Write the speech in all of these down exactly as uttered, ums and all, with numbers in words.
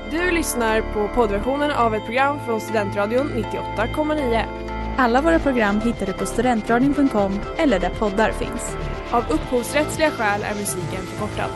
Du lyssnar på poddversionen av ett program från Studentradion nittioåtta komma nio. Alla våra program hittar du på studentradion punkt com eller där poddar finns. Av upphovsrättsliga skäl är musiken förkortad.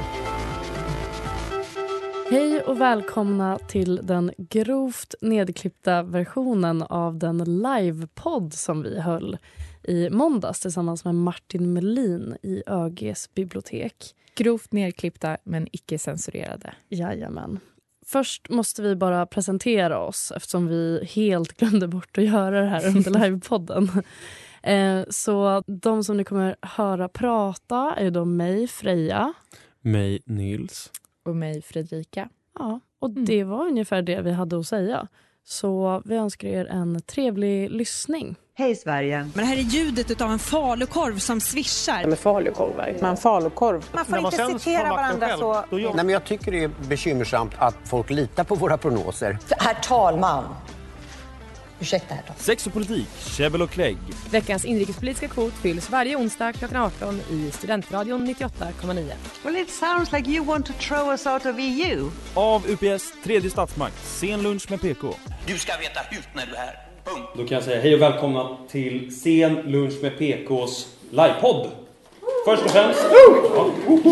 Hej och välkomna till den grovt nedklippta versionen av den livepodd som vi höll i måndags tillsammans med Martin Melin i ÖGs bibliotek. Grovt nedklippta men icke censurerade. Jajamän. Först måste vi bara presentera oss eftersom vi helt glömde bort att göra det här under livepodden. eh, så de som ni kommer höra prata är då mig, Freja. Mig, Nils. Och mig, Fredrika. Ja, och Mm. det var ungefär det vi hade att säga. Så vi önskar er en trevlig lyssning. Hej Sverige. Men det här är ljudet av en falukorv som svischar. Med falukorv verkligen. Man falukorv. Man får inte citera varandra själv, så. Nej, men jag tycker det är bekymmersamt att folk litar på våra prognoser. Herr talman. Ursäkta herr talman. Sex och politik, käbbel och klägg. Veckans inrikespolitiska kvot fylls varje onsdag klockan arton i Studentradion nittioåtta komma nio. Well, it sounds like you want to throw us out of E U. Av U P S tredje statsmakt, sen lunch med P K. Du ska veta hut när du är här. Punkt. Då kan jag säga hej och välkomna till sen lunch med P K:s livepodd. Först och främst ja.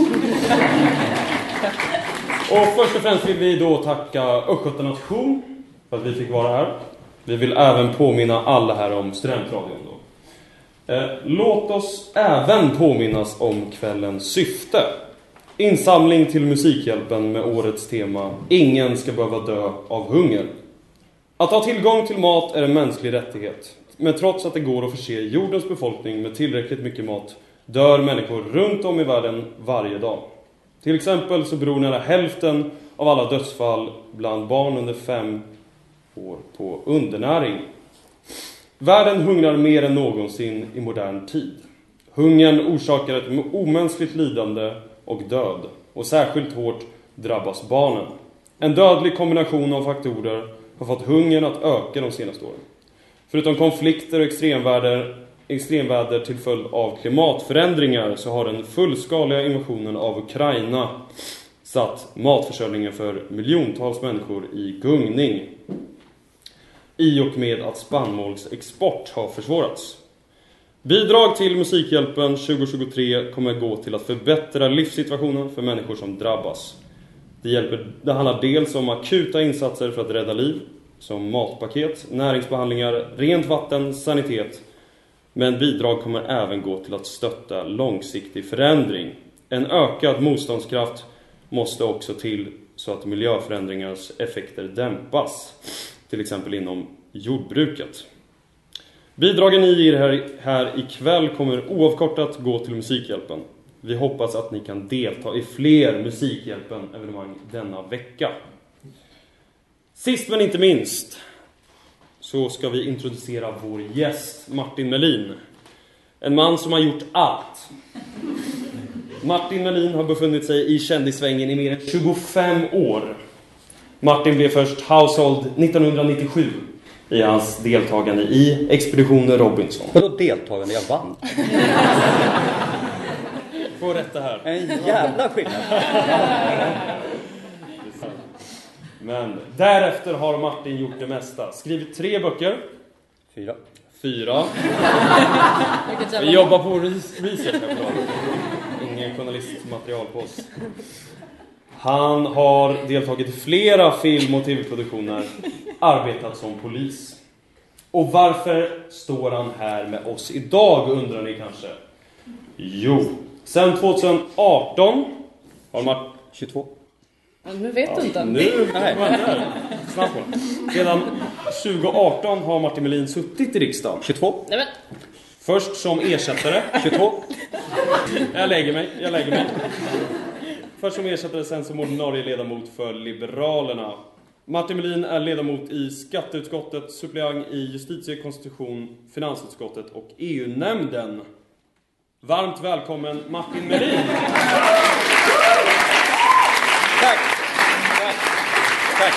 Och först och främst vill vi då tacka Östgöta Nation för att vi fick vara här. Vi vill även påminna alla här om Studentradion då. Eh, låt oss även påminnas om kvällens syfte. Insamling till Musikhjälpen med årets tema Ingen ska behöva dö av hunger. Att ha tillgång till mat är en mänsklig rättighet. Men trots att det går att förse jordens befolkning med tillräckligt mycket mat dör människor runt om i världen varje dag. Till exempel så beror nära hälften av alla dödsfall bland barn under fem år på undernäring. Världen hungrar mer än någonsin i modern tid. Hungern orsakar ett omänskligt lidande och död. Och särskilt hårt drabbas barnen. En dödlig kombination av faktorer har fått hungern att öka de senaste åren. Förutom konflikter och extremväder, extremväder till följd av klimatförändringar så har den fullskaliga invasionen av Ukraina satt matförsörjningen för miljontals människor i gungning. I och med att spannmålsexport har försvårats. Bidrag till Musikhjälpen tjugo tjugotre kommer gå till att förbättra livssituationen för människor som drabbas. Det, hjälper, det handlar dels om akuta insatser för att rädda liv, som matpaket, näringsbehandlingar, rent vatten, sanitet. Men bidrag kommer även gå till att stötta långsiktig förändring. En ökad motståndskraft måste också till så att miljöförändringars effekter dämpas. Till exempel inom jordbruket. Bidragen ni ger här, här ikväll kommer oavkortat gå till Musikhjälpen. Vi hoppas att ni kan delta i fler Musikhjälpen-evenemang denna vecka. Sist men inte minst så ska vi introducera vår gäst Martin Melin. En man som har gjort allt. Martin Melin har befunnit sig i kändissvängen i mer än tjugofem år. Martin blev först household nittonhundranittiosju i hans deltagande i Expeditionen Robinson. Vadå deltagande? Jag vann. Får rätta här. En jävla skillnad. Men därefter har Martin gjort det mesta. Skrivit tre böcker. Fyra. Fyra. Vi jobbar på research här på dagen. Ingen journalistmaterial på oss. Han har deltagit i flera film- och tv-produktioner. Arbetat som polis. Och varför står han här med oss idag, undrar ni kanske? Jo, sen tjugoarton har Martin... tjugotvå. Nu vet ja, du inte. Nu, nej, snabbt på. Redan tjugoarton har Martin Melin suttit i riksdagen. tjugotvå. Nej, men. Först som ersättare. tjugotvå. Jag lägger mig, jag lägger mig. Först som ersättare, sen som ordinarie ledamot för Liberalerna. Martin Melin är ledamot i skatteutskottet, suppleant i justitie-, konstitution, finansutskottet och E U-nämnden. Varmt välkommen Martin Melin. Tack. Tack. Tack.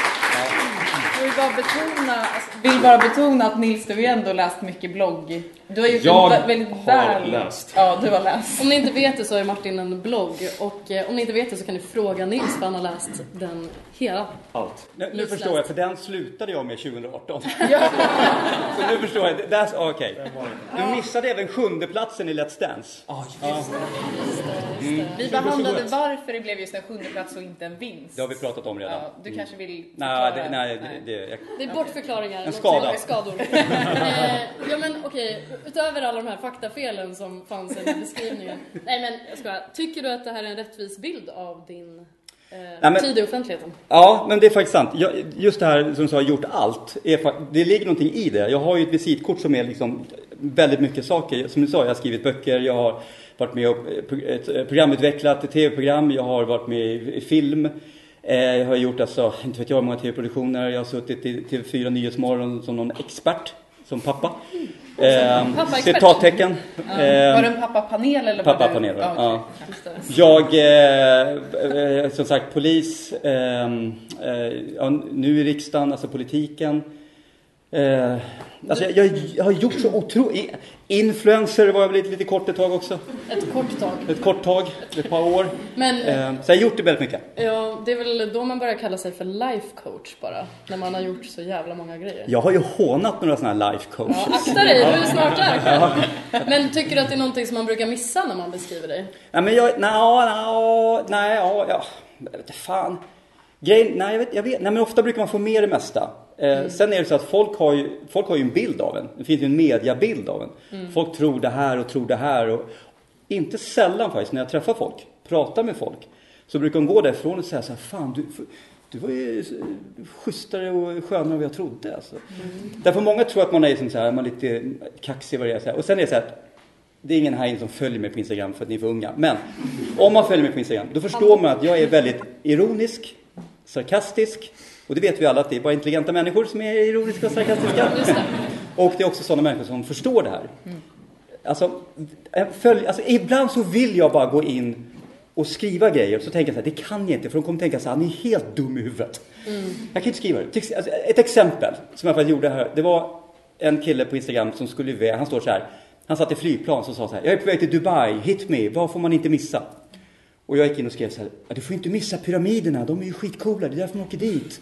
Jag vill bara betona, alltså, vill bara betona att Nils, du har ändå läst mycket blogg, Du har gjort jag en väldigt har väl... läst. Ja, du har läst. Om ni inte vet det så är Martin en blogg. Och eh, om ni inte vet det så kan ni fråga Nils, för han har läst den hela. Allt. Nu, nu förstår jag, för den slutade jag med tjugoarton. Ja. Så nu förstår jag. That's, okej. Okay. Du missade även sjunde platsen i Let's Dance. Oh, ja. Mm. Vi behandlade varför det blev just en sjunde plats och inte en vinst. Det har vi pratat om redan. Ja, du mm. kanske vill nej, det, nej, det, det, jag... det är bortförklaringar. En skada. Skador. eh, ja men okej, okay. Utöver alla de här faktafelen som fanns i beskrivningen. Nej men jag ska, tycker du att det här är en rättvis bild av din eh, nej, men, tid i offentligheten? Ja, men det är faktiskt sant. Jag, just det här som du har gjort allt. Är, det ligger någonting i det. Jag har ju ett visitkort som är liksom väldigt mycket saker. Som du sa, jag har skrivit böcker, jag har varit med och ett programutvecklat ett tv-program, jag har varit med i film. Jag har gjort alltså, inte vet jag hur många tv-produktioner. Jag har suttit i T V fyra Nyhetsmorgon som någon expert, som pappa. Eh, citattecken. Ja. Var det en pappapanel eller? Pappapanel, ja. Ja. Jag, eh, som sagt, polis. Eh, eh, ja, nu i riksdagen, alltså politiken. Eh, alltså jag, jag, jag har gjort så otroligt. Influencer var jag väl lite, lite kort ett tag också. Ett kort tag. Ett kort tag, ett par år. Men, eh, så jag har gjort det väldigt mycket. Ja, det är väl då man börjar kalla sig för life coach bara. När man har gjort så jävla många grejer. Jag har ju hånat några sådana här life coaches. Ja, akta dig, du är snart där själv. Men tycker du att det är någonting som man brukar missa när man beskriver dig? Nej, men jag, nej, nej, nej, ja, ja, jag vet inte fan. Grejen, nej, jag vet, jag vet, nej, men ofta brukar man få med det mesta. Eh, mm. Sen är det så att folk har, ju, folk har ju en bild av en. Det finns ju en mediabild av en. Mm. Folk tror det här och tror det här. Och inte sällan faktiskt när jag träffar folk, pratar med folk, så brukar de gå därifrån och säga så här: fan, du, du var ju schysstare och skönare än vad jag trodde. Alltså. Mm. Därför många tror att man är så här, man är lite kaxig vad det är. Så här. Och sen är det så här, det är ingen här inne som följer mig på Instagram för att ni är för unga. Men om man följer mig på Instagram, då förstår man att jag är väldigt ironisk, sarkastisk. Och det vet vi alla att det är bara intelligenta människor som är ironiska och sarkastiska. Och det är också sådana människor som förstår det här. Mm. Alltså, följ, alltså, ibland så vill jag bara gå in och skriva grejer. Så tänker jag så här, det kan jag inte. För de kommer tänka så här, han är helt dum i huvudet. Mm. Jag kan inte skriva det. Alltså, ett exempel som jag faktiskt gjorde här. Det var en kille på Instagram som skulle iväg. Han står så här. Han satt i flygplan och sa så här: jag är på väg till Dubai, hit me, vad får man inte missa? Och jag gick in och skrev så här: du får inte missa pyramiderna, de är ju skitcoola, det är därför man åker dit.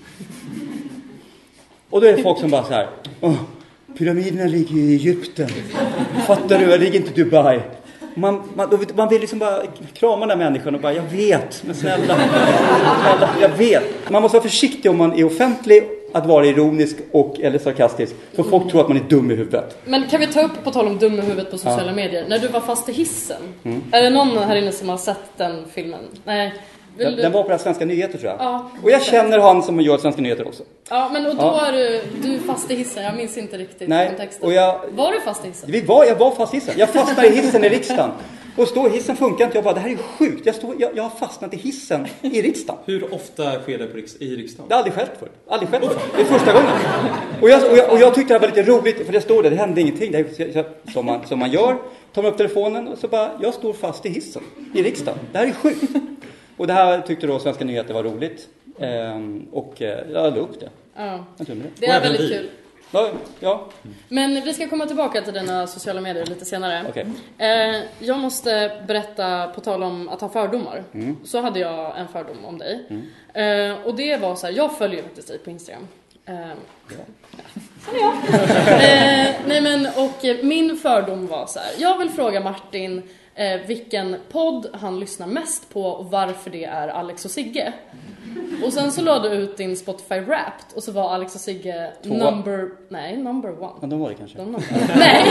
Och då är det folk som bara så här: åh, pyramiderna ligger i Egypten. Fattar du, jag ligger inte i Dubai. Man, man, man vill liksom bara krama den människan och bara, jag vet, men snälla, snälla, jag vet. Man måste vara försiktig om man är offentlig att vara ironisk och eller sarkastisk. För folk tror att man är dum i huvudet. Men kan vi ta upp, på tal om dum i huvudet på sociala ja. medier, när du var fast i hissen. Mm. Är det någon här inne som har sett den filmen? Nej. Den, du... den var på Svenska Nyheter, tror jag. Ja, och jag känner han som gör Svenska Nyheter också. Ja, men och då ja. är du, du fast i hissen. Jag minns inte riktigt Nej, kontexten. Och jag... Var du fast i hissen? Vi var, jag var fast i hissen. Jag fastnade i hissen i riksdagen. Och står hissen funkar inte. Jag bara, det här är sjukt. Jag, står, jag, jag har fastnat i hissen i riksdagen. Hur ofta sker det på riks, i riksdagen? Det har aldrig skett förr. Aldrig skett förr. Det är första gången. Och jag, och, jag, och jag tyckte det var lite roligt. För det står där, det hände ingenting. Det är, som, man, som man gör. Tar man upp telefonen och så bara, jag står fast i hissen i riksdagen. Det här är sjukt. Och det här tyckte då Svenska Nyheter var roligt. Ehm, och jag la upp det. Ja. Det. det är väldigt kul. Ja, ja. Men vi ska komma tillbaka till dina sociala medier lite senare. Okay. Eh, jag måste berätta, på tal om att ha fördomar. Mm. Så hade jag en fördom om dig. Mm. Eh, och det var så här, jag följer faktiskt dig på Instagram. Eh, ja. Sån är jag. eh, nej men, och min fördom var så här, jag vill fråga Martin eh, vilken podd han lyssnar mest på och varför det är Alex och Sigge. Och sen så lade du ut din Spotify Wrapped och så var Alex och Sigge Två. number nej number one. Ja, de var det kanske. De number... nej.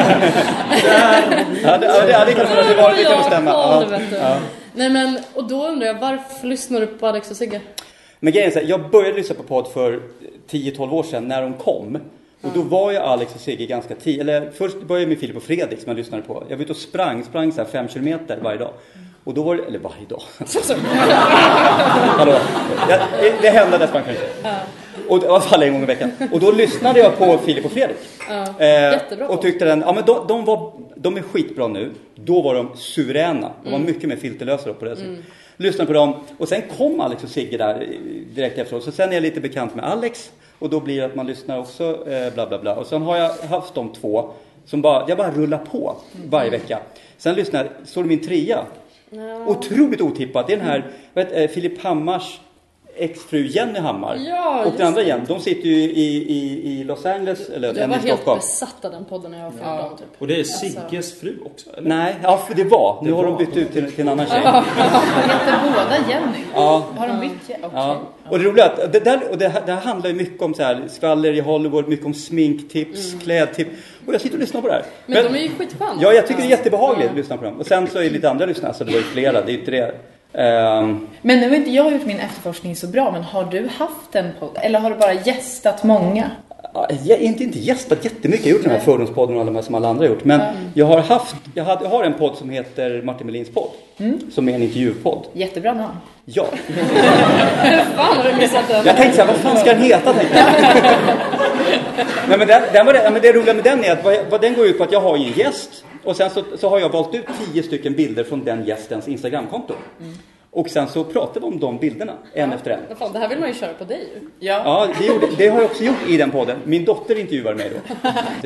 ja, det, ja, det, ja, det kan det var det kan bestämma. Ja, ja. Nej men, och då undrar jag, varför lyssnar du på Alex och Sigge? Men grejen är så här, jag började lyssna på podd för tio tolv år sedan när de kom. Och då var ju Alex och Sigge ganska tidigt. Eller först började jag med Filip och Fredrik som jag lyssnade på. Jag var ute och sprang, sprang så här fem kilometer varje dag. Och då var det, eller varje dag. Hallå. Jag, det hände där sprang kanske. Ja. Och det var alla en gång i veckan. Och då lyssnade jag på Filip och Fredrik. Ja, jättebra. Eh, och tyckte den, ja men de, de var, de är skitbra nu. Då var de suveräna. De var mm. mycket mer filterlösa på det. Mm. Lyssnade på dem. Och sen kom Alex och Sigge där direkt efteråt. Så sen är jag lite bekant med Alex. Och då blir det att man lyssnar också, eh, bla bla bla. Och sen har jag haft de två Som bara, jag bara rullar på varje vecka. Sen lyssnar jag, såg du min trea? Ja. Otroligt otippat. Det är den här, vet, eh, Filip Hammars exfru Jenny Hammar. Ja, och den andra igen. De sitter ju i, i, i Los Angeles eller jag var helt besatt av den podden när jag var född. Typ. Och det är Sigges fru också? Eller? Nej, ja, för det var. Nu det har var. de bytt ut till, till en annan tjej. Heter båda Jenny? Ja. Har de bytt? Okay. Ja. Och det roliga är att det, där, och det, här, det här handlar ju mycket om så här, skvaller i Hollywood, mycket om sminktips, mm. klädtips. Och jag sitter och lyssnar på det här. Men, Men de är ju skitsköna. Ja, jag tycker det är jättebehagligt att lyssna på dem. Och sen så är det lite andra lyssnare, så det var ju flera, det är ju inte det. Um, men nu har inte jag gjort min efterforskning så bra, men har du haft en podd? Eller har du bara gästat många? Jag har inte, inte gästat jättemycket. Jag har gjort den här fördomspodden och alla de här som alla andra har gjort. Men mm. jag har haft, jag, hade, jag har en podd som heter Martin Melins podd. Mm. Som är en intervjupodd. Jättebra namn. Ja. Hur fan har du missat den? Jag tänkte så här, vad fan ska den heta? Tänkte jag. Nej, men, den, den var det, men det roliga med den är att vad, vad den går ut på att jag har en gäst. Och sen så, så har jag valt ut tio stycken bilder från den gästens Instagramkonto. Mm. Och sen så pratar vi om de bilderna, en ja. efter en. Fan, det här vill man ju köra på dig ju. Ja, ja det, gjorde, det har jag också gjort i den podden. Min dotter intervjuar mig då.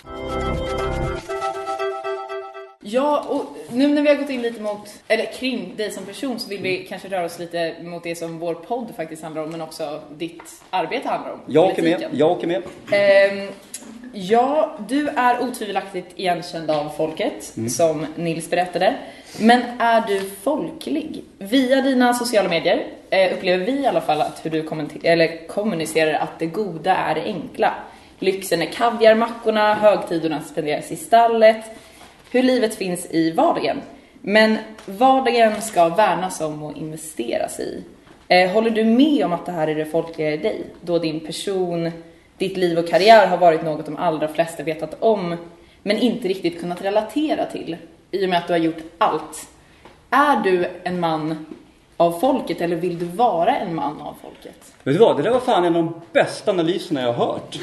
Ja, och nu när vi har gått in lite mot, eller kring dig som person, så vill vi kanske röra oss lite mot det som vår podd faktiskt handlar om, men också ditt arbete handlar om. Jag åker med, jag åker med. Ehm, ja, du är otvivelaktigt igenkänd av folket, mm. som Nils berättade. Men är du folklig? Via dina sociala medier eh, upplever vi i alla fall att hur du kommenter- eller kommunicerar att det goda är det enkla. Lyxen är kaviarmackorna, högtiderna spenderas i stallet. Hur livet finns i vardagen. Men vardagen ska värnas om och investeras i. Eh, håller du med om att det här är det folkliga i dig? Då din person, ditt liv och karriär har varit något de allra flesta vetat om, men inte riktigt kunnat relatera till. I och med att du har gjort allt. Är du en man av folket eller vill du vara en man av folket? Vet du vad? Det där var fan en av de bästa analyserna jag har hört.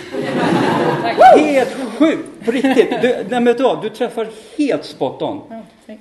Helt sjukt, på riktigt. Du, nej, men vet du vad? Du träffar helt spot on. Ja, men,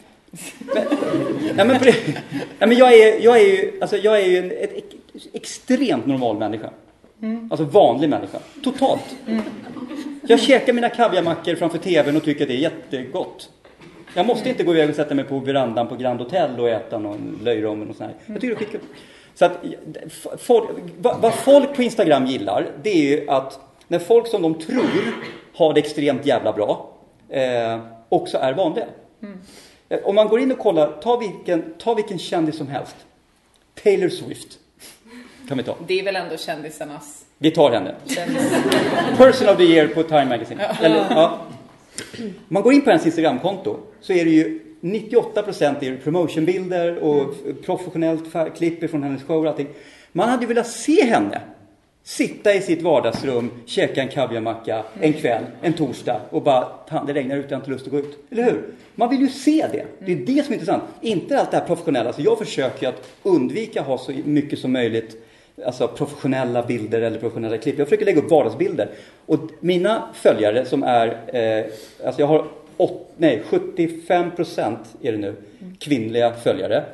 nej, men, nej, men jag är, jag är ju, alltså, jag är ju en ett, ett, extremt normal människa. Mm. Alltså vanlig människa. Totalt. Mm. Jag käkar mina kaviarmackor framför tvn och tycker att det är jättegott. Jag måste inte gå iväg och sätta mig på verandan på Grand Hotel och äta någon löjrom och sånt här. Jag tycker det är skitkul. Så att folk, vad folk på Instagram gillar, det är ju att när folk som de tror har det extremt jävla bra eh, också är vanliga. Mm. Om man går in och kollar, ta vilken, ta vilken kändis som helst. Taylor Swift kan vi ta. Det är väl ändå kändisarnas... Vi tar henne. Person of the year på Time Magazine. Ja. Eller, ja. Man går in på hennes Instagramkonto så är det ju nittioåtta procent är promotionbilder och mm. professionellt klipp från hennes show och allting. Man hade velat se henne sitta i sitt vardagsrum, käka en kaviarmacka mm. en kväll, en torsdag och bara, det regnar ut, jag har inte lust att gå ut. Eller hur? Man vill ju se det. Det är det som är intressant. Inte allt det här professionella. Så jag försöker att undvika att ha så mycket som möjligt, alltså professionella bilder eller professionella klipp. Jag försöker lägga upp vardagsbilder. Och mina följare som är, eh, alltså jag har åt, nej, sjuttiofem procent är det nu, kvinnliga följare.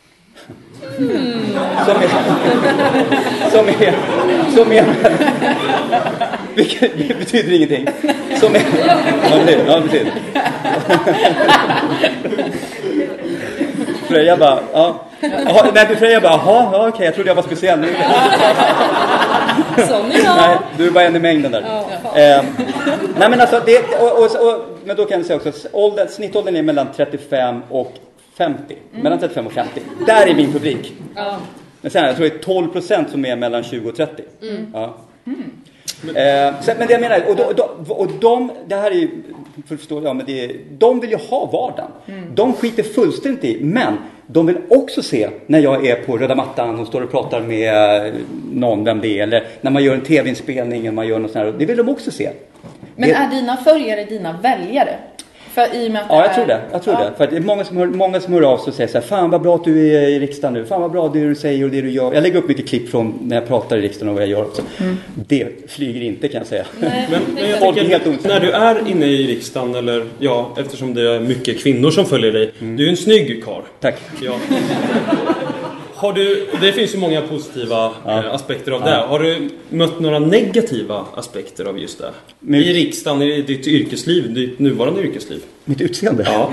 Mm. Som är som är som är vilket det betyder ingenting. Som är ja, det betyder, ja, det betyder. Freja bara, ja. Aha, nej, du Freja bara, jaha, ja, okej, jag trodde jag var speciell nu. Nej, du är bara en i mängden där. Ja, eh, nej, men alltså, det, och, och, och, men då kan jag säga också, ålder, snittåldern är mellan trettiofem och femtio. Mm. Mellan trettiofem och femtio. Där är min publik. Ja. Men sen, jag tror det är tolv procent som är mellan tjugo och trettio. Mm. Ja. Mm. Eh, så, men det jag menar, och, då, då, och de, det här är ju, för att förstå, ja, men det är, de vill ju ha vardagen. Mm. De skiter fullständigt i, men de vill också se när jag är på röda mattan och står och pratar med någon, vem det är, eller när man gör en tv-inspelning eller man gör något sånt här, det vill de också se. Men det, är dina följare dina väljare? För i och med att ja, jag är... tror det. Jag tror ja. det. För att det är många som hör, många som hör av sig och säger så här, fan vad bra att du är i riksdagen nu. Fan vad bra det du säger och det du gör. Jag lägger upp mycket klipp från när jag pratar i riksdagen och vad jag gör också. Mm. Det flyger inte, kan jag säga. Nej, men, men jag tycker, helt när du är inne i riksdagen, eller ja, eftersom det är mycket kvinnor som följer dig. Mm. Du är en snygg karl. Tack. Ja. Har du, det finns ju många positiva ja. eh, aspekter av ja. det. Har du mött några negativa aspekter av just det? Men, I riksdagen, i ditt yrkesliv, ditt nuvarande yrkesliv? Mitt utseende? Ja.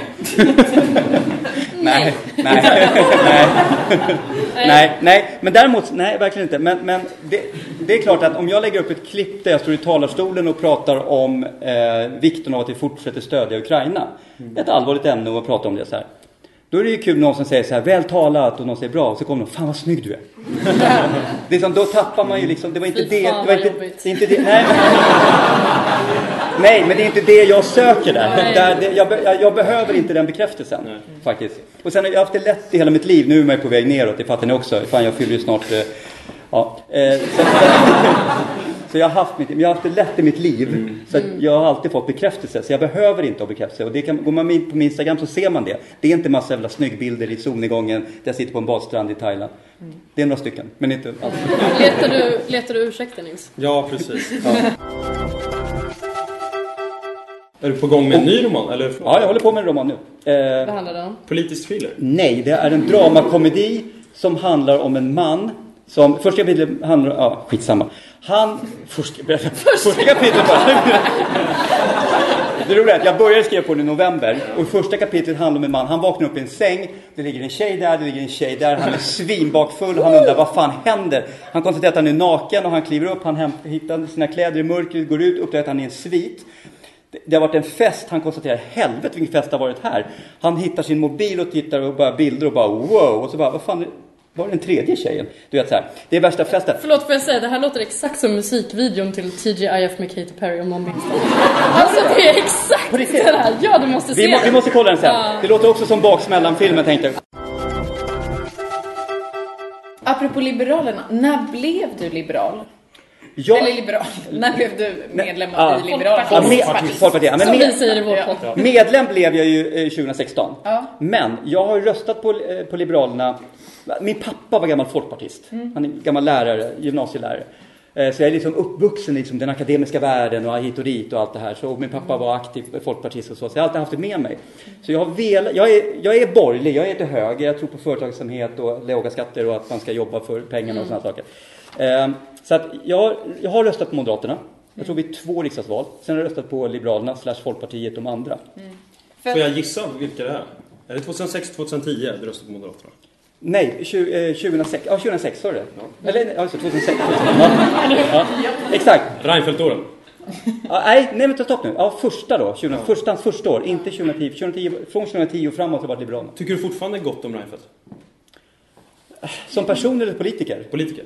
nej, nej, nej, nej, nej, men däremot, nej, verkligen inte. Men, men det, det är klart att om jag lägger upp ett klipp där jag står i talarstolen och pratar om eh, vikten av att vi fortsätter stödja Ukraina. Mm. Ett allvarligt ämne och pratar om det så här. Då är det ju kul någon som säger så här, väl talat, och någon säger bra, och så kommer någon, fan vad snygg du är. Det är som, då tappar man ju liksom, det var inte det, det var inte, det är inte det, nej. Nej, men det är inte det jag söker där. där det, jag, jag, jag behöver inte den bekräftelsen, nej. Faktiskt. Och sen har jag haft det lätt i hela mitt liv, nu är jag på väg neråt, det fattar ni också. Fan, jag fyller ju snart, eh, ja. Eh, så, så jag har, haft mitt, jag har haft det lätt i mitt liv, mm. så att jag har alltid fått bekräftelse, så jag behöver inte ha bekräftelse. Och det kan, går man in på min Instagram så ser man det. Det är inte massa jävla snyggbilder i solnedgången där jag sitter på en badstrand i Thailand. Mm. Det är några stycken, men inte alls. Letar du, letar du ursäkter, Nils? Ja, precis. Ja. Är du på gång med en ny roman? Eller? Ja, jag håller på med en roman nu. Eh, Vad handlar det om? Politisk thriller? Nej, det är en dramakomedi som handlar om en man som, första kapitlet handlar, ja, skitsamma. Han, första, första kapitlet bara. Det roliga är att jag började skriva på den i november. Och första kapitlet handlar om en man. Han vaknar upp i en säng. Det ligger en tjej där, det ligger en tjej där. Han är svinbakfull. Han undrar vad fan händer. Han konstaterar att han är naken och han kliver upp. Han hämtar, hittar sina kläder i mörkret, går ut, upptäcker att han är en svit. Det har varit en fest. Han konstaterar, helvete vilken fest har varit här. Han hittar sin mobil och tittar och bara bilder och bara wow. Och så bara, vad fan, var det den tredje tjejen? Du vet så här, det är värsta festen. Förlåt, får jag säga, det här låter exakt som musikvideon till T G I F med Katy Perry, om någon minns det. Alltså det är exakt det här. Ja, du måste se vi, må, det. Vi måste kolla den sen. Ja. Det låter också som baksmällan-filmen, tänkte jag. Apropå Liberalerna, när blev du liberal? Ja. Eller liberal. När blev du medlem ja. i Liberalerna? Ja, med, Folkpartiet. Ja, men med, vi säger i vår ja. Medlem blev jag ju tjugo sexton. Ja. Men jag har röstat på, på Liberalerna. Min pappa var gammal folkpartist. Mm. Han är gammal lärare, gymnasielärare. Så jag är liksom uppvuxen i liksom den akademiska världen och hit och dit och allt det här. Så min pappa var aktiv folkpartist och så. Så jag har alltid haft det med mig. Så jag, har vel, jag, är, jag är borgerlig, jag är till höger. Jag tror på företagsamhet och låga skatter och att man ska jobba för pengarna och sådana saker. Så att jag, jag har röstat på Moderaterna. Jag tror vi är två riksdagsval. Sen har jag röstat på Liberalerna slash Folkpartiet de andra. Mm. Får jag gissa vilka det är? Är det tjugohundrasex tjugohundratio du röstat på Moderaterna? Nej, tjugohundrasex. Ja, tjugohundrasex var det. Ja. Eller, ja, tjugohundrasex. Ja. Ja. Exakt. Reinfeldt-åren. Ja, nej, nej, men ta stopp nu. Ja, första då. tjugo, ja. Första, första år, inte tjugohundratio. tjugohundratio. Från tjugohundratio framåt har varit Liberalerna. Tycker du fortfarande gott om Reinfeldt? Som person eller politiker? Politiker.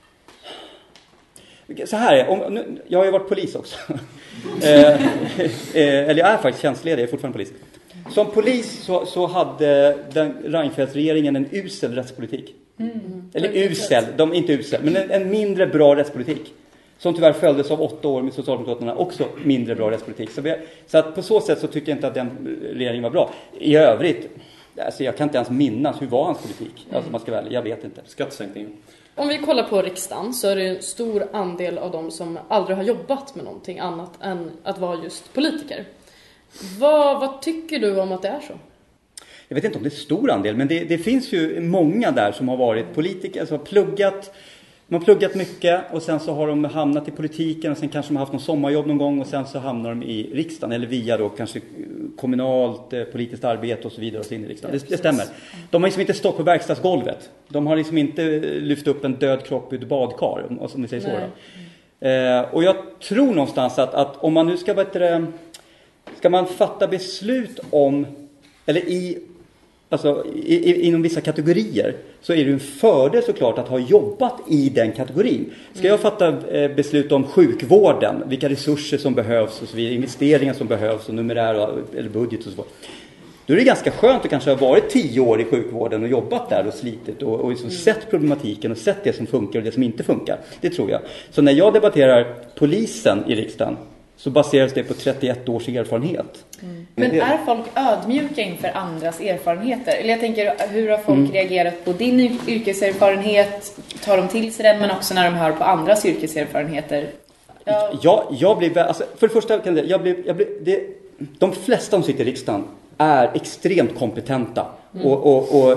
Så här, om, nu, jag har ju varit polis också. eh, eh, eller jag är faktiskt tjänstledig, jag är fortfarande polis. Som polis så, så hade den Reinfeldt-regeringen en usel rättspolitik. Mm. Eller usel, de inte usel, men en, en mindre bra rättspolitik. Som tyvärr följdes av åtta år med Socialdemokraterna, också mindre bra rättspolitik. Så, vi, så att på så sätt så tycker jag inte att den regeringen var bra. I övrigt, alltså jag kan inte ens minnas hur var hans politik. Alltså man ska väl, jag vet inte. Skattesänkningen. Om vi kollar på riksdagen så är det en stor andel av dem som aldrig har jobbat med någonting annat än att vara just politiker. Vad, vad tycker du om att det är så? Jag vet inte om det är stor andel, men det, det finns ju många där som har varit politiker, som har pluggat, de har pluggat mycket och sen så har de hamnat i politiken och sen kanske de har haft någon sommarjobb någon gång och sen så hamnar de i riksdagen eller via då kanske kommunalt politiskt arbete och så vidare och så in i riksdagen. Det, det stämmer. De har liksom inte stått på verkstadsgolvet. De har liksom inte lyft upp en död kropp ur ett badkar, om vi säger så då. Eh, och jag tror någonstans att, att om man nu ska bättre, ska man fatta beslut om eller i Alltså i, i, inom vissa kategorier så är det en fördel såklart att ha jobbat i den kategorin. Ska jag fatta eh, beslut om sjukvården, vilka resurser som behövs och så vidare, investeringar som behövs och numerär eller budget och så. Då är det ganska skönt att kanske ha varit tio år i sjukvården och jobbat där och slitit och, och liksom mm. sett problematiken och sett det som funkar och det som inte funkar. Det tror jag. Så när jag debatterar polisen i riksdagen så baseras det på trettioett års erfarenhet. Mm. Men är folk ödmjuka inför andras erfarenheter? Eller jag tänker, hur har folk mm. reagerat på din yrkeserfarenhet? Tar de till sig den, men också när de hör på andras yrkeserfarenheter? Ja, ja jag blir... Alltså, för det första kan jag säga, jag blir, jag blir, det, de flesta som sitter i riksdagen är extremt kompetenta. Mm. Och, och, och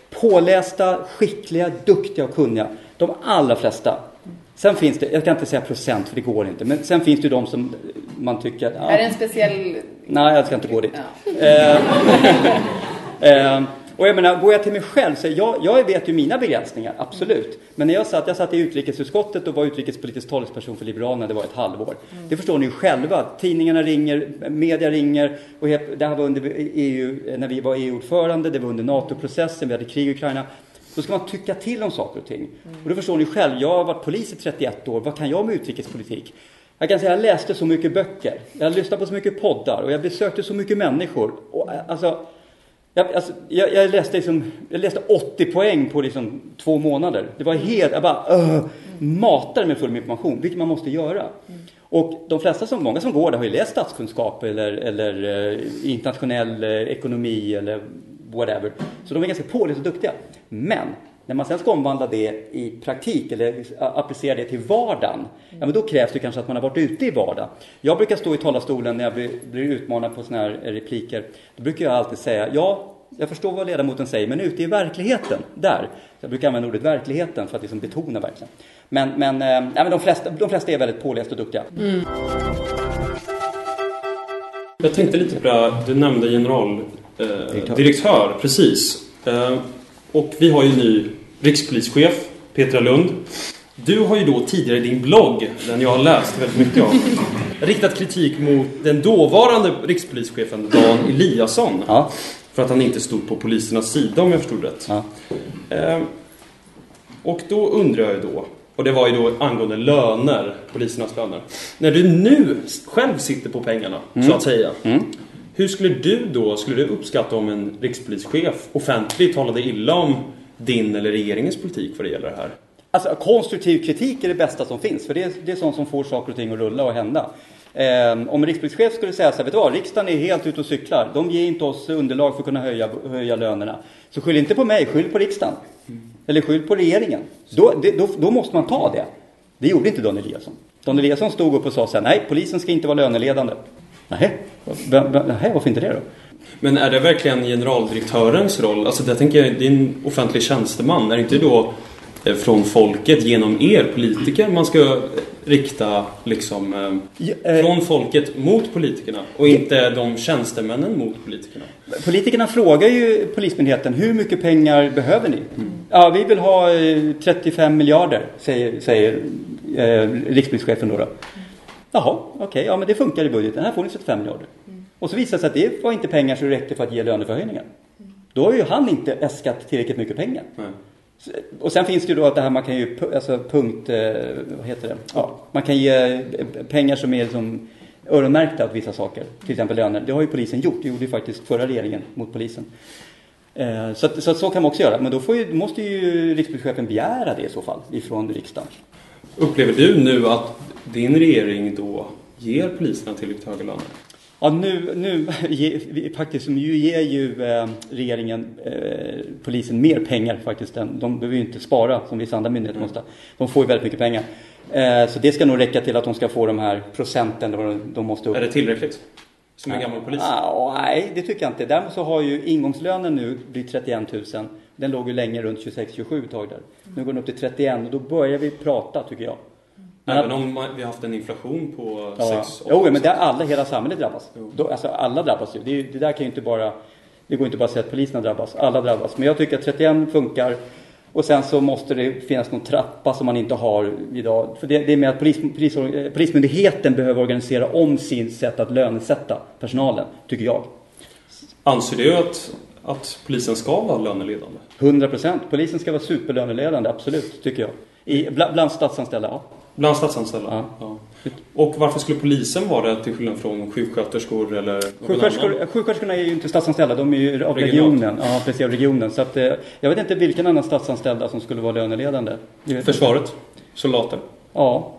Pålästa, skickliga, duktiga och kunniga. De allra flesta. Sen finns det, jag kan inte säga procent för det går inte. Men sen finns det ju de som man tycker... Ja, är det en speciell... Nej, jag ska inte gå dit. Ja. eh, och jag menar, går jag till mig själv så jag, jag vet ju mina begränsningar, absolut. Men när jag satt, jag satt i utrikesutskottet och var utrikespolitisk talesperson för Liberalerna, det var ett halvår. Mm. Det förstår ni ju själva. Tidningarna ringer, media ringer. Och det här var under E U, när vi var E U-ordförande, det var under NATO-processen, vi hade krig i Ukraina. Då ska man tycka till om saker och ting. Mm. Och då förstår ni själv, jag har varit polis i trettioett år, vad kan jag med utrikespolitik? Jag kan säga, jag läste så mycket böcker, jag lyssnade på så mycket poddar och jag besökte så mycket människor. Och, alltså, jag, alltså, jag, jag, läste liksom, jag läste åttio poäng på liksom två månader. Det var helt, jag bara uh, matade med full information, vilket man måste göra. Mm. Och de flesta som, många som går där har ju läst statskunskap eller, eller uh, internationell uh, ekonomi eller whatever. Så de är ganska pålästa och duktiga. Men när man sen ska omvandla det i praktik eller applicera det till vardagen, ja, men då krävs det kanske att man har varit ute i vardagen. Jag brukar stå i talarstolen när jag blir, blir utmanad på såna här repliker. Då brukar jag alltid säga, ja, jag förstår vad ledamoten säger, men ute i verkligheten, där. Jag brukar använda ordet verkligheten för att liksom betona verkligen. Men, men, äh, men de, flesta, de flesta är väldigt pålästa och duktiga. Mm. Jag tänkte lite på det, du nämnde generaldirektör, eh, direktör, precis. Eh, och vi har ju en ny rikspolischef, Petra Lund. Du har ju då tidigare i din blogg, den jag har läst väldigt mycket om, riktat kritik mot den dåvarande rikspolischefen Dan Eliasson. Ja. För att han inte stod på polisernas sida, om jag förstod rätt. Ja. Eh, och då undrar jag ju då, och det var ju då angående löner, polisernas löner. När du nu själv sitter på pengarna, mm. så att säga. Mm. Hur skulle du då, skulle du uppskatta om en rikspolischef offentligt talade illa om din eller regeringens politik vad det gäller det här? Alltså konstruktiv kritik är det bästa som finns. För det är, det är sånt som får saker och ting att rulla och hända. Eh, om en rikspolischef skulle säga så här, vet du vad, riksdagen är helt ute och cyklar. De ger inte oss underlag för att kunna höja, höja lönerna. Så skyll inte på mig, skyll på riksdagen. Mm. Eller skyll på regeringen. Då, det, då, då måste man ta det. Det gjorde inte Dan Eliasson. Dan Eliasson stod upp och sa så här, nej, polisen ska inte vara löneledande. Nej, nej, varför inte det då? Men är det verkligen generaldirektörens roll? Alltså det tänker jag, det är en offentlig tjänsteman. Är det inte då från folket genom er politiker man ska rikta liksom ja, eh, från folket mot politikerna och inte de tjänstemännen mot politikerna? Politikerna frågar ju Polismyndigheten, hur mycket pengar behöver ni? Mm. Ja, vi vill ha trettiofem miljarder, säger, säger eh, rikspolischefen då. då. Jaha, okej, okay, ja men det funkar i budgeten. Här får ni trettiofem miljarder. Mm. Och så visar det sig att det var inte pengar som räckte för att ge löneförhöjningar. Mm. Då har ju han inte äskat tillräckligt mycket pengar. Mm. Och sen finns det ju då att det här man kan ju alltså punkt, vad heter det? Ja, man kan ge pengar som är som öronmärkta åt vissa saker. Till exempel löner. Det har ju polisen gjort. Det gjorde ju faktiskt förra regeringen mot polisen. Så, att, så, att så kan man också göra. Men då får ju, måste ju rikspolischefen begära det i så fall ifrån riksdagen. Upplever du nu att din regering då ger poliserna tillräckligt höga löner? Ja, nu, nu ge, faktiskt nu ger ju eh, regeringen eh, polisen mer pengar faktiskt. Än, de behöver ju inte spara som vissa andra myndigheter måste. De får ju väldigt mycket pengar. Eh, så det ska nog räcka till att de ska få de här procenten de, de måste upp. Är det tillräckligt? Som en gammal polis? Ah, nej, det tycker jag inte. Däremot så har ju ingångslönen nu blivit trettioett tusen. Den låg ju länge runt tjugosex till tjugosju tag där. Nu går den upp till trettioett och då börjar vi prata tycker jag. Även om vi har haft en inflation på ja. sex Jo, men där alla, hela samhället drabbas. Då, alltså alla drabbas ju. Det, det där kan ju inte bara, det går inte bara att säga att poliserna drabbas. Alla drabbas. Men jag tycker att trettioett funkar. Och sen så måste det finnas någon trappa som man inte har idag. För det, det är med att polis, polis, polismyndigheten behöver organisera om sin sätt att lönesätta personalen, tycker jag. Anser du att, att polisen ska vara löneledande? hundra procent. Polisen ska vara superlöneledande, absolut, tycker jag. I, bland, bland statsanställda, ja. Bland statsanställda? Ja. Ja. Och varför skulle polisen vara det till skillnad från sjuksköterskor eller Sjuksköterskor, sjuksköterskorna är ju inte statsanställda, de är ju av regionen. Ja, precis, av regionen. Så att, jag vet inte vilken annan statsanställda som skulle vara löneledande. Försvaret? Inte. Soldater? Ja.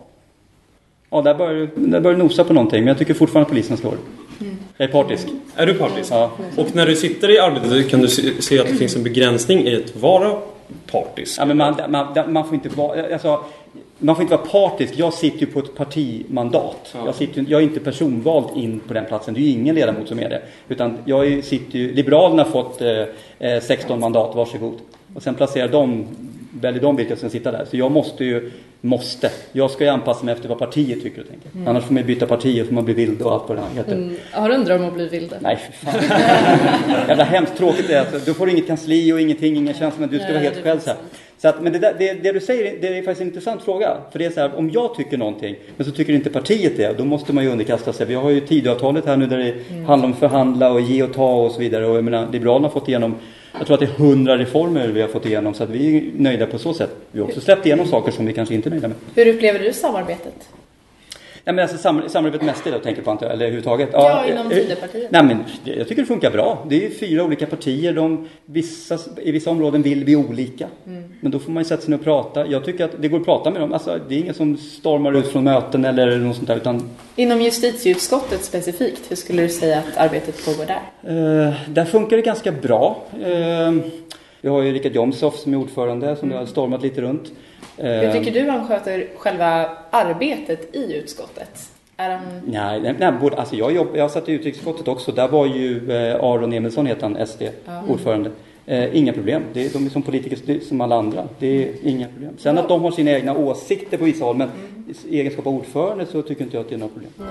Ja, där bör, där bör nosa på någonting. Men jag tycker fortfarande att polisen slår. Mm. Jag är partisk. Är du partisk? Ja. Och när du sitter i arbetet kan du se, se att det finns en begränsning i att vara partisk? Ja, men man, man, man får inte vara... Alltså, man får inte vara partisk. Jag sitter ju på ett partimandat. Ja. Jag, sitter, jag är inte personvald in på den platsen. Det är ju ingen ledamot som är det. Utan jag är, sitter ju... Liberalerna har fått eh, sexton mandat, varsågod. Och sen placerar de, väljer de vilka som sitter där. Så jag måste ju, måste. Jag ska ju anpassa mig efter vad partiet tycker och tänker. Mm. Annars får man byta partier för man blir vild och allt på det här heter. Mm. Har du en dröm om att bli vild? Nej, för fan. Jävla hemskt tråkigt är att du får inget kansli och ingenting, ingen känsla, men du ska Nej, vara helt själv så här. Så att, men det, där, det, det du säger, det är faktiskt en intressant fråga. För det är så här, om jag tycker någonting, men så tycker inte partiet det, då måste man ju underkasta sig. Vi har ju Tidöavtalet här nu där det mm. handlar om förhandla och ge och ta och så vidare. Och jag menar, Liberalerna har fått igenom, jag tror att det är hundra reformer vi har fått igenom, så att vi är nöjda på så sätt. Vi har också släppt igenom saker som vi kanske inte är nöjda med. Hur upplever du samarbetet? Nej, men alltså sam- samarbetet mest det då, tänker på, eller överhuvudtaget. Ja, ja inom Tidöpartiet. Nej, men jag tycker det funkar bra. Det är ju fyra olika partier. De, vissa, I vissa områden vill vi olika. Mm. Men då får man ju sätta sig ner och prata. Jag tycker att det går att prata med dem. Alltså, det är ingen som stormar ut från möten eller något sånt där. Utan... Inom justitieutskottet specifikt, hur skulle du säga att arbetet pågår där? Uh, där funkar det ganska bra. Uh, vi har ju Richard Jomshof som är ordförande som mm. har stormat lite runt. Hur tycker du han sköter själva arbetet i utskottet? Är han... Nej, nej, nej både, alltså jag, jobb, jag satt i utrikesutskottet också. Där var ju eh, Aron Emilsson, heter han, S D-ordförande. Mm. Eh, inga problem. Det är, de är som politiker som alla andra. Det är inga problem. Sen att de har sina egna åsikter på vissa håll, men mm. i egenskap av ordförande så tycker inte jag att det är några problem.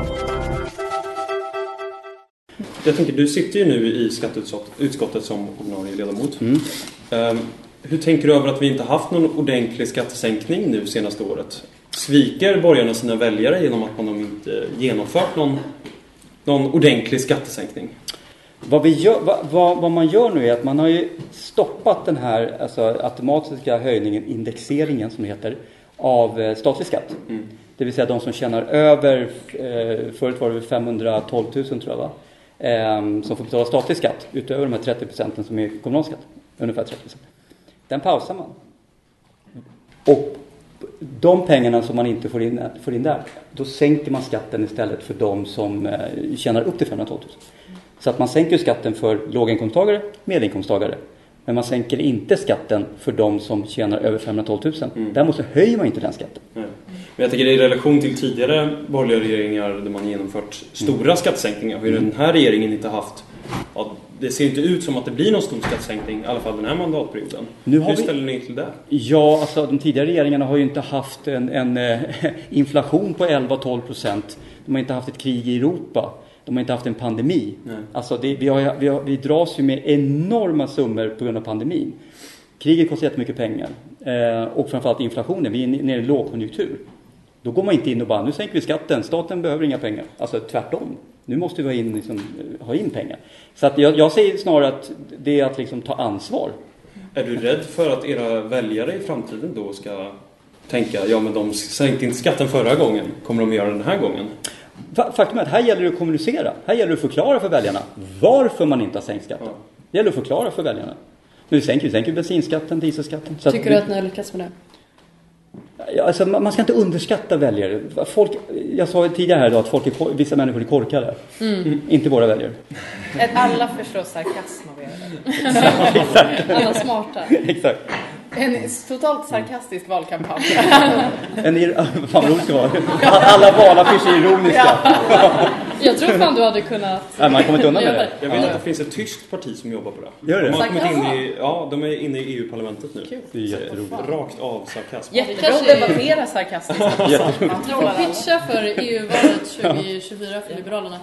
Jag tänker, du sitter ju nu i skatteutskottet som ordinarie ledamot. Mm. Um, Hur tänker du över att vi inte haft någon ordentlig skattesänkning nu senaste året? Sviker borgarna sina väljare genom att man inte genomfört någon, någon ordentlig skattesänkning? Vad, vi gör, vad, vad, vad man gör nu är att man har ju stoppat den här alltså, automatiska höjningen, indexeringen som det heter, av eh, statlig skatt. Mm. Det vill säga de som tjänar över, eh, förut var det femhundratolv tusen tror jag va? Eh, som får betala statlig skatt utöver de här trettio procenten som är kommunalskatt. Ungefär trettio procent. Den pausar man. Och de pengarna som man inte får in, får in där, då sänker man skatten istället för de som eh, tjänar upp till femhundratolv tusen. Så att man sänker skatten för låginkomsttagare, medelinkomsttagare. Men man sänker inte skatten för de som tjänar över femhundratolv tusen. Mm. Däremot så höjer man inte den skatten. Mm. Men jag tänker i relation till tidigare borgerliga regeringar där man genomfört stora mm. skattesänkningar. Har ju den här regeringen inte haft... Ja, det ser inte ut som att det blir någon stor skattesänkning, i alla fall den här mandatperioden. Nu har Hur ställer vi... ni till det? Ja, alltså de tidigare regeringarna har ju inte haft en, en eh, inflation på elva till tolv procent. De har inte haft ett krig i Europa. De har inte haft en pandemi. Nej. Alltså det, vi, har, vi, har, vi dras ju med enorma summor på grund av pandemin. Kriget kostar jättemycket pengar. Eh, och framförallt inflationen. Vi är nere i en lågkonjunktur. Då går man inte in och bara, nu sänker vi skatten. Staten behöver inga pengar. Alltså tvärtom. Nu måste vi ha in, liksom, ha in pengar. Så att jag, jag säger snarare att det är att liksom ta ansvar. Är du rädd för att era väljare i framtiden då ska tänka, ja men de sänkte inte skatten förra gången. Kommer de att göra den här gången? Faktum är att här gäller det att kommunicera. Här gäller det att förklara för väljarna varför man inte har sänkt skatten. Ja. Det gäller att förklara för väljarna. Nu sänker vi sänker bensinskatten, dieselskatten. Så Tycker att, du att ni har lyckats med det? Alltså, man ska inte underskatta väljare. Folk, jag sa tidigare här då att folk är, vissa människor är korkade. Mm. Mm, inte våra väljare. Alla förstår sarkasm av er. Alla smarta. Exakt. En totalt sarkastisk valkampanj. En ir- fan vad roligt det var. Alla valaffischer är ironiska. Ja. Jag tror fan du hade kunnat... Nej, man kommer inte undan med det. Jag vet att det finns ett tyskt parti som jobbar på det. Gör det? De har kommit in i, ja, de är inne i E U-parlamentet nu. Kul. Det är jätteroligt. Rakt av sarkasm. Jättebra att debattera sarkastiskt. Man får pitcha för E U-valet tjugo tjugofyra för Liberalerna.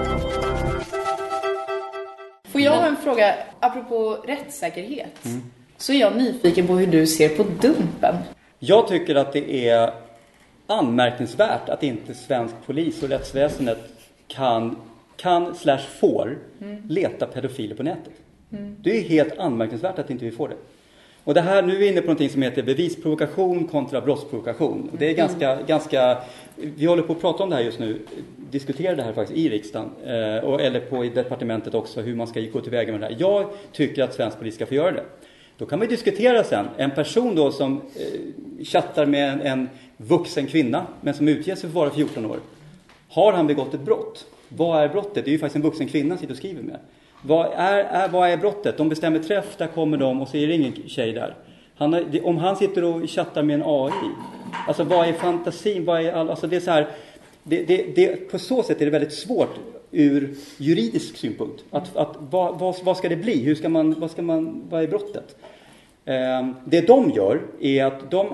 Får jag ha en fråga apropå rättssäkerhet? Mm. Så är jag nyfiken på hur du ser på dumpen. Jag tycker att det är anmärkningsvärt att inte svensk polis och rättsväsendet kan, kan slash får mm. leta pedofiler på nätet. Mm. Det är helt anmärkningsvärt att inte vi får det. Och det här, nu är vi inne på någonting som heter bevisprovokation kontra brottsprovokation. Det är ganska, mm. ganska, vi håller på att prata om det här just nu, diskuterar det här faktiskt i riksdagen eh, och, eller på i departementet också, hur man ska gå tillväga med det här. Jag tycker att svensk polis ska få göra det. Då kan man diskutera sen. En person då som eh, chattar med en, en vuxen kvinna men som utger sig för bara fjorton år. Har han begått ett brott? Vad är brottet? Det är ju faktiskt en vuxen kvinna som sitter och skriver med. Vad är, är, vad är brottet? De bestämmer träff, där kommer de och så är det ingen tjej där. Han har, det, om han sitter och chattar med en A I. Alltså vad är fantasin? Vad är all, alltså det är så här, det, det, det, på så sätt är det väldigt svårt ur juridisk synpunkt. Att, att, vad, vad, vad ska det bli? Hur ska man, vad, ska man, vad är brottet? Eh, det de gör är att de...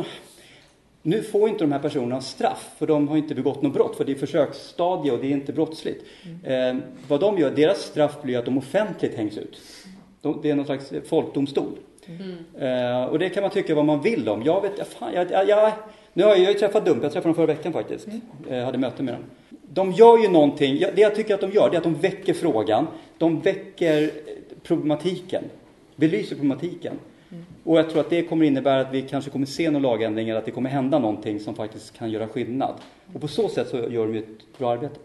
Nu får inte de här personerna straff, för de har inte begått något brott, för det är försöksstadie och det är inte brottsligt. Mm. Eh, vad de gör, deras straff blir att de offentligt hängs ut. De, det är någon slags folkdomstol. Mm. Eh, och det kan man tycka vad man vill om. Jag vet, fan, jag, jag, jag, nu har jag, jag har träffat Dump, jag träffade dem förra veckan faktiskt. Mm. Eh, hade möte med dem. De gör ju någonting, det jag tycker att de gör, det är att de väcker frågan. De väcker problematiken, belyser problematiken. Mm. Och jag tror att det kommer innebära att vi kanske kommer se några lagändringar, att det kommer hända någonting som faktiskt kan göra skillnad. Och på så sätt så gör de ju ett bra arbete.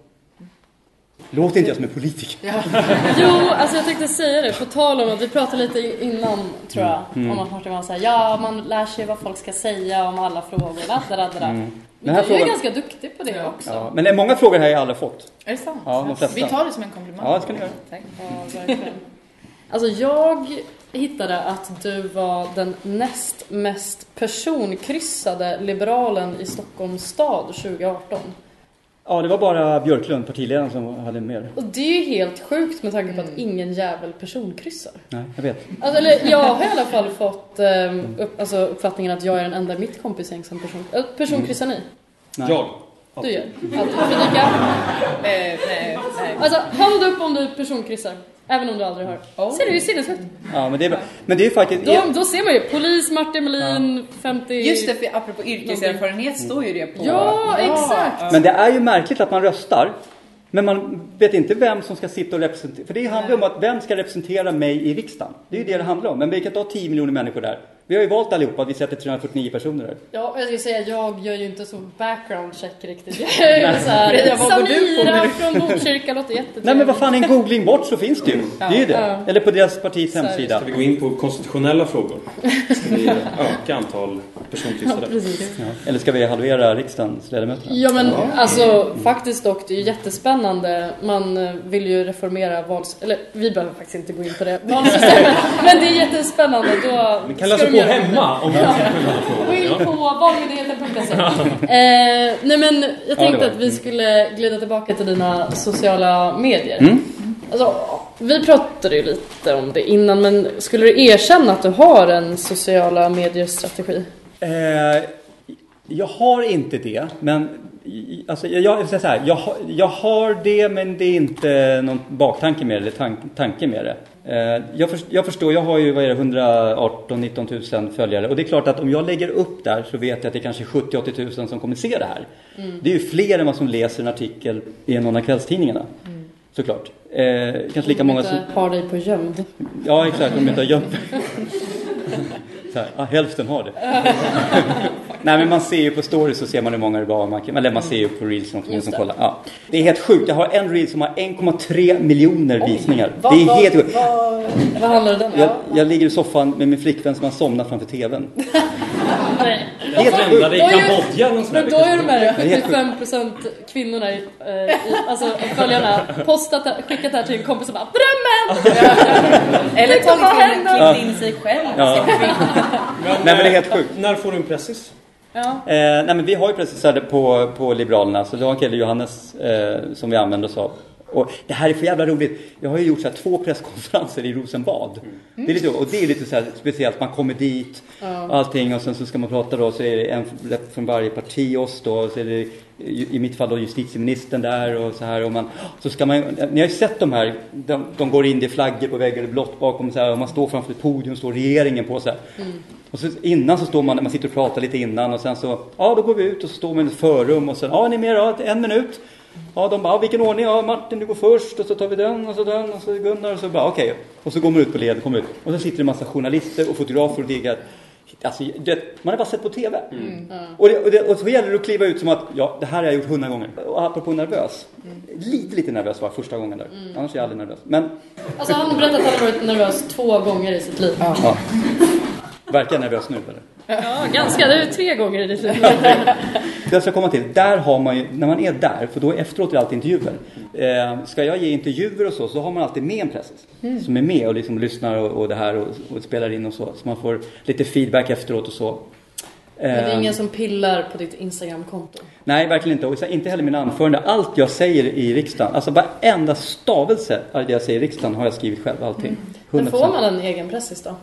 Låter inte jag som en politiker. Ja. Jo, alltså jag tänkte säga det. På tal om att vi pratade lite innan, tror jag. Mm. Om att Martin var så här, ja, man lär sig vad folk ska säga om alla frågor. Radda, radda, radda. Mm. Men du frågan... är ganska duktig på det också. Ja, men det är många frågor här jag aldrig fått. Är det sant? Ja, de flesta. Vi tar det som en komplimang. Ja, det ska ni göra. Tack. Ja, verkligen. Alltså jag hittade att du var den näst mest personkryssade liberalen i Stockholms stad tjugo arton. Ja, det var bara Björklund, partiledaren, som hade mer. Och det är ju helt sjukt med tanke på att ingen jävel personkryssar. Nej, jag vet. Alltså, eller, jag har i alla fall fått um, upp, alltså, uppfattningen att jag är den enda i mitt kompisgäng som person, äh, personkryssar ni? Nej. Jag. Du gör. Alltid. Fredrika? nej, nej, nej. Alltså, hand upp om du personkryssar. Även om du aldrig har. Oh. Ser du ju sinnessjukt. Ja, men det är bra. Men det är faktiskt... Då, då ser man ju. Polis, Martin Melin, ja. femtio... Just det, för apropå yrkeserfarenhet står ju det på. Ja, ja, exakt. Men det är ju märkligt att man röstar. Men man vet inte vem som ska sitta och representera. För det handlar om att vem ska representera mig i riksdagen. Det är ju det det handlar om. Men vi kan ta tio miljoner människor där. Vi har ju valt allihopa att vi sätter trehundrafyrtionio personer där. Ja, jag ska säga, jag gör ju inte så background check riktigt. Jag är så här, Samira från Botkyrka låter jättetrevligt. Nej, men vad fan, en googling bort så finns det ju. Ja. Det är ju det. Ja. Eller på deras partis hemsida. Ska vi gå in på konstitutionella frågor? Ska vi öka antal personkryssade? Ja, precis. Ja. Eller ska vi halvera riksdagens ledamöter? Ja, men ja. alltså faktiskt dock, det är ju jättespännande. Man vill ju reformera vals... Eller vi behöver faktiskt inte gå in på det. Valsystemet. Men det är jättespännande. Då vi kan läsa på hemma om ja. Gå in på valmyndigheten punkt se. eh, Nej, men jag tänkte ja, att vi skulle glida tillbaka till dina sociala medier. Mm. Alltså, vi pratade ju lite om det innan, men skulle du erkänna att du har en sociala medier-strategi? Eh, jag har inte det, men alltså, jag, jag, så här, jag, jag har det, men det är inte någon baktanke med det, eller tank, tanke med det. Eh, jag, för, jag förstår, jag har ju vad är det, hundraarton nitton tusen följare, och det är klart att om jag lägger upp där så vet jag att det är kanske sjuttio till åttio tusen som kommer se det här. Mm. Det är ju fler än vad som läser en artikel i någon av kvällstidningarna. Mm. Såklart. Eh, kanske lika många som... har dig på gömd. Ja, exakt. De inte har gömt. Så här, ja, hälften har det. Nej, men man ser ju på stories så ser man hur många det var. Man kan, eller man ser ju på reels som, som kollar. Ja. Det är helt sjukt. Jag har en reel som har en komma tre miljoner visningar. Vad, det är vad, helt sjukt. Vad, vad handlar det om? Jag, jag ligger i soffan med min flickvän som har somnat framför tvn. Nej. Helt trendade i Kambodja. Men då är de här sjuttiofem procent kvinnorna i, äh, i, alltså följarna postat, skickat här till en kompis och bara drömmen! Eller tagit in, in sig själv. Ja. Men, nej, men det är helt sjukt. När får du en pressis? Ja. Eh, nej, men vi har ju pressisade på, på Liberalerna. Så det har en kille, Johannes, eh, som vi använder oss av. Och det här är för jävla roligt. Jag har ju gjort så här två presskonferenser i Rosenbad. Mm. Det är lite, och det är lite så här speciellt. Man kommer dit, ja. allting, och sen så ska man prata då. Så är det en från varje parti, oss då. Så är det i mitt fall då justitieministern där och så här. Och man, så ska man, ni har ju sett de här, de, de går in, det är flaggor på väggar, blått bakom så här. Och man står framför ett podium, står regeringen på så här. Mm. Och så innan så står man, man sitter och pratar lite innan. Och sen så, ja då går vi ut och så står man i ett förrum. Och sen, ja ni är med då, en minut. Ja, de bara, vilken ordning? Ja, Martin, du går först. Och så tar vi den, och så den, och så Gunnar. Och så bara, okej. Okay. Och så går man ut på led, kommer ut. Och så sitter det en massa journalister och fotografer och diggar. Alltså, det, man har bara sett på tv. Mm. Mm. Och, det, och, det, och så gäller det att kliva ut som att, ja, det här har jag gjort hundra gånger. Och apropå nervös. Mm. Lite, lite nervös var första gången där. Mm. Annars är jag aldrig nervös. Men... Alltså, han berättade att han har varit nervös två gånger i sitt liv. Ja. Ja. Verkar nervös nu, eller? Ja, ganska. Det är tre gånger i ditt liv. Det jag ska komma till, där har man ju, när man är där, för då efteråt är det alltid intervjuer. Eh, ska jag ge intervjuer och så, så har man alltid med en pressis. Mm. Som är med och liksom lyssnar och, och det här och, och spelar in och så. Så man får lite feedback efteråt och så. Eh, Men det är ingen som pillar på ditt Instagram-konto? Nej, verkligen inte. Och inte heller mina anförande. Allt jag säger i riksdagen, alltså varenda stavelse av det jag säger i riksdagen har jag skrivit själv, allting. Mm. Men får man en egen pressis då?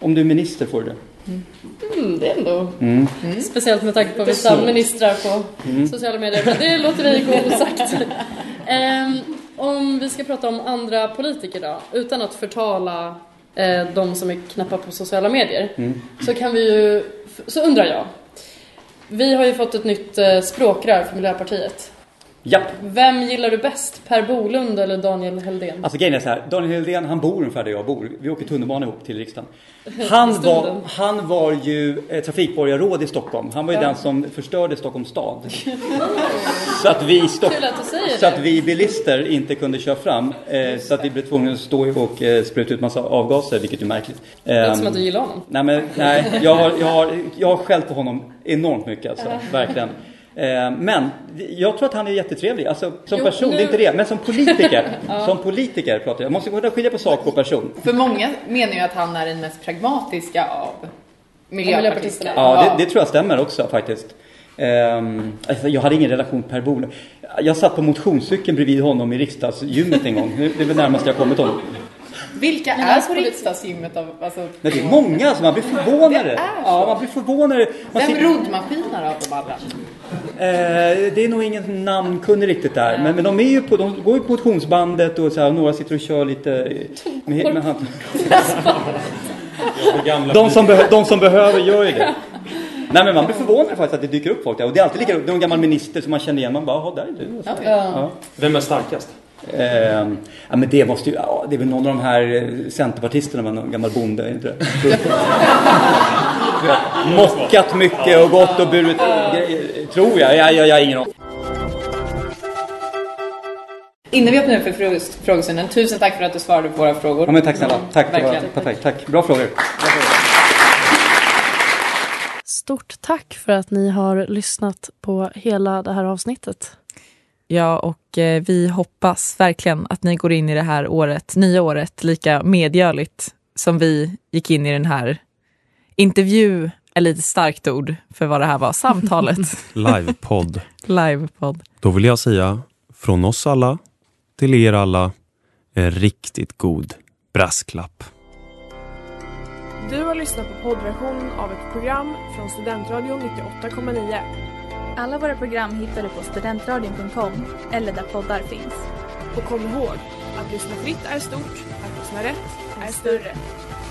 Om du är minister får du det. Mm, det är ändå Mm. mm. speciellt med tanke på vissa ministrar på mm. sociala medier. Men det låter vi gå osagt. um, om vi ska prata om andra politiker då, utan att förtala uh, de som är knappa på sociala medier, mm. så kan vi ju, så undrar jag. Vi har ju fått ett nytt uh, språkrör för Miljöpartiet. Japp. Vem gillar du bäst? Per Bolund eller Daniel Heldén? Alltså grejen är så här, Daniel Heldén, han bor ungefär där jag bor. Vi åker tunnelbana ihop till riksdagen. Han var, han var ju eh, trafikborgarråd i Stockholm. Han var ju ja. den som förstörde Stockholms stad. så att vi Stock- så att vi bilister inte kunde köra fram. Eh, så att vi blev tvungna att stå och eh, spruta ut massa avgaser, vilket är märkligt. Det är som att du gillar honom. Nej, men, nej jag, har, jag, har, jag har skällt på honom enormt mycket alltså, verkligen. Men jag tror att han är jättetrevlig, alltså som jo, person, nu... det är inte det, men som politiker. ja. Som politiker pratar jag. Jag måste kunna skilja på sak och person. För många menar ju att han är den mest pragmatiska av miljöpartisterna. Ja, det, det tror jag stämmer också faktiskt. Um, alltså, jag hade ingen relation Per Bolund. Jag satt på motionscykeln bredvid honom i riksdagsgymmet en gång. Det är väl närmast jag kommit honom. Vilka är på riksdagsgymmet? Av, alltså, Nej, det är många, alltså, man blir förvånade. Ja, man blir förvånade. Man Vem ser... roddmaskiner av de alla? Eh, det är nog ingen namnkunnig riktigt där. Men, men de, är ju på, de går ju på motionsbandet och så här, och några sitter och kör lite med, med hand. de, som behö, de som behöver gör ju det. Nej, men man blir förvånad faktiskt att det dyker upp folk där. Och det är alltid lika, det är en gammal minister som man känner igen. Man bara, där är du. Ja. Ja. Vem är starkast? Eh, ja, men det måste ju, ja, det är väl någon av de här centerpartisterna med någon gammal bonde, inte det? Mockat mycket och gått och burit grejer, tror jag. Jag, jag, jag har ingen aning. Innan vi öppnar upp för frågestunden, tusen tack för att du svarade på våra frågor. Ja, men tack snälla. Tack, det var perfekt. Tack. Bra frågor. Bra frågor. Stort tack för att ni har lyssnat på hela det här avsnittet. Ja, och eh, vi hoppas verkligen att ni går in i det här året, nya året, lika medgörligt som vi gick in i den här intervju, är lite starkt ord för vad det här var, samtalet. Livepodd. Livepodd. Då vill jag säga, från oss alla till er alla, en riktigt god brasklapp. Du har lyssnat på poddversion av ett program från Studentradion nittioåtta komma nio. Alla våra program hittar du på studentradion punkt com eller där poddar finns. Och kom ihåg, att lyssna fritt är stort, att lyssna rätt är större.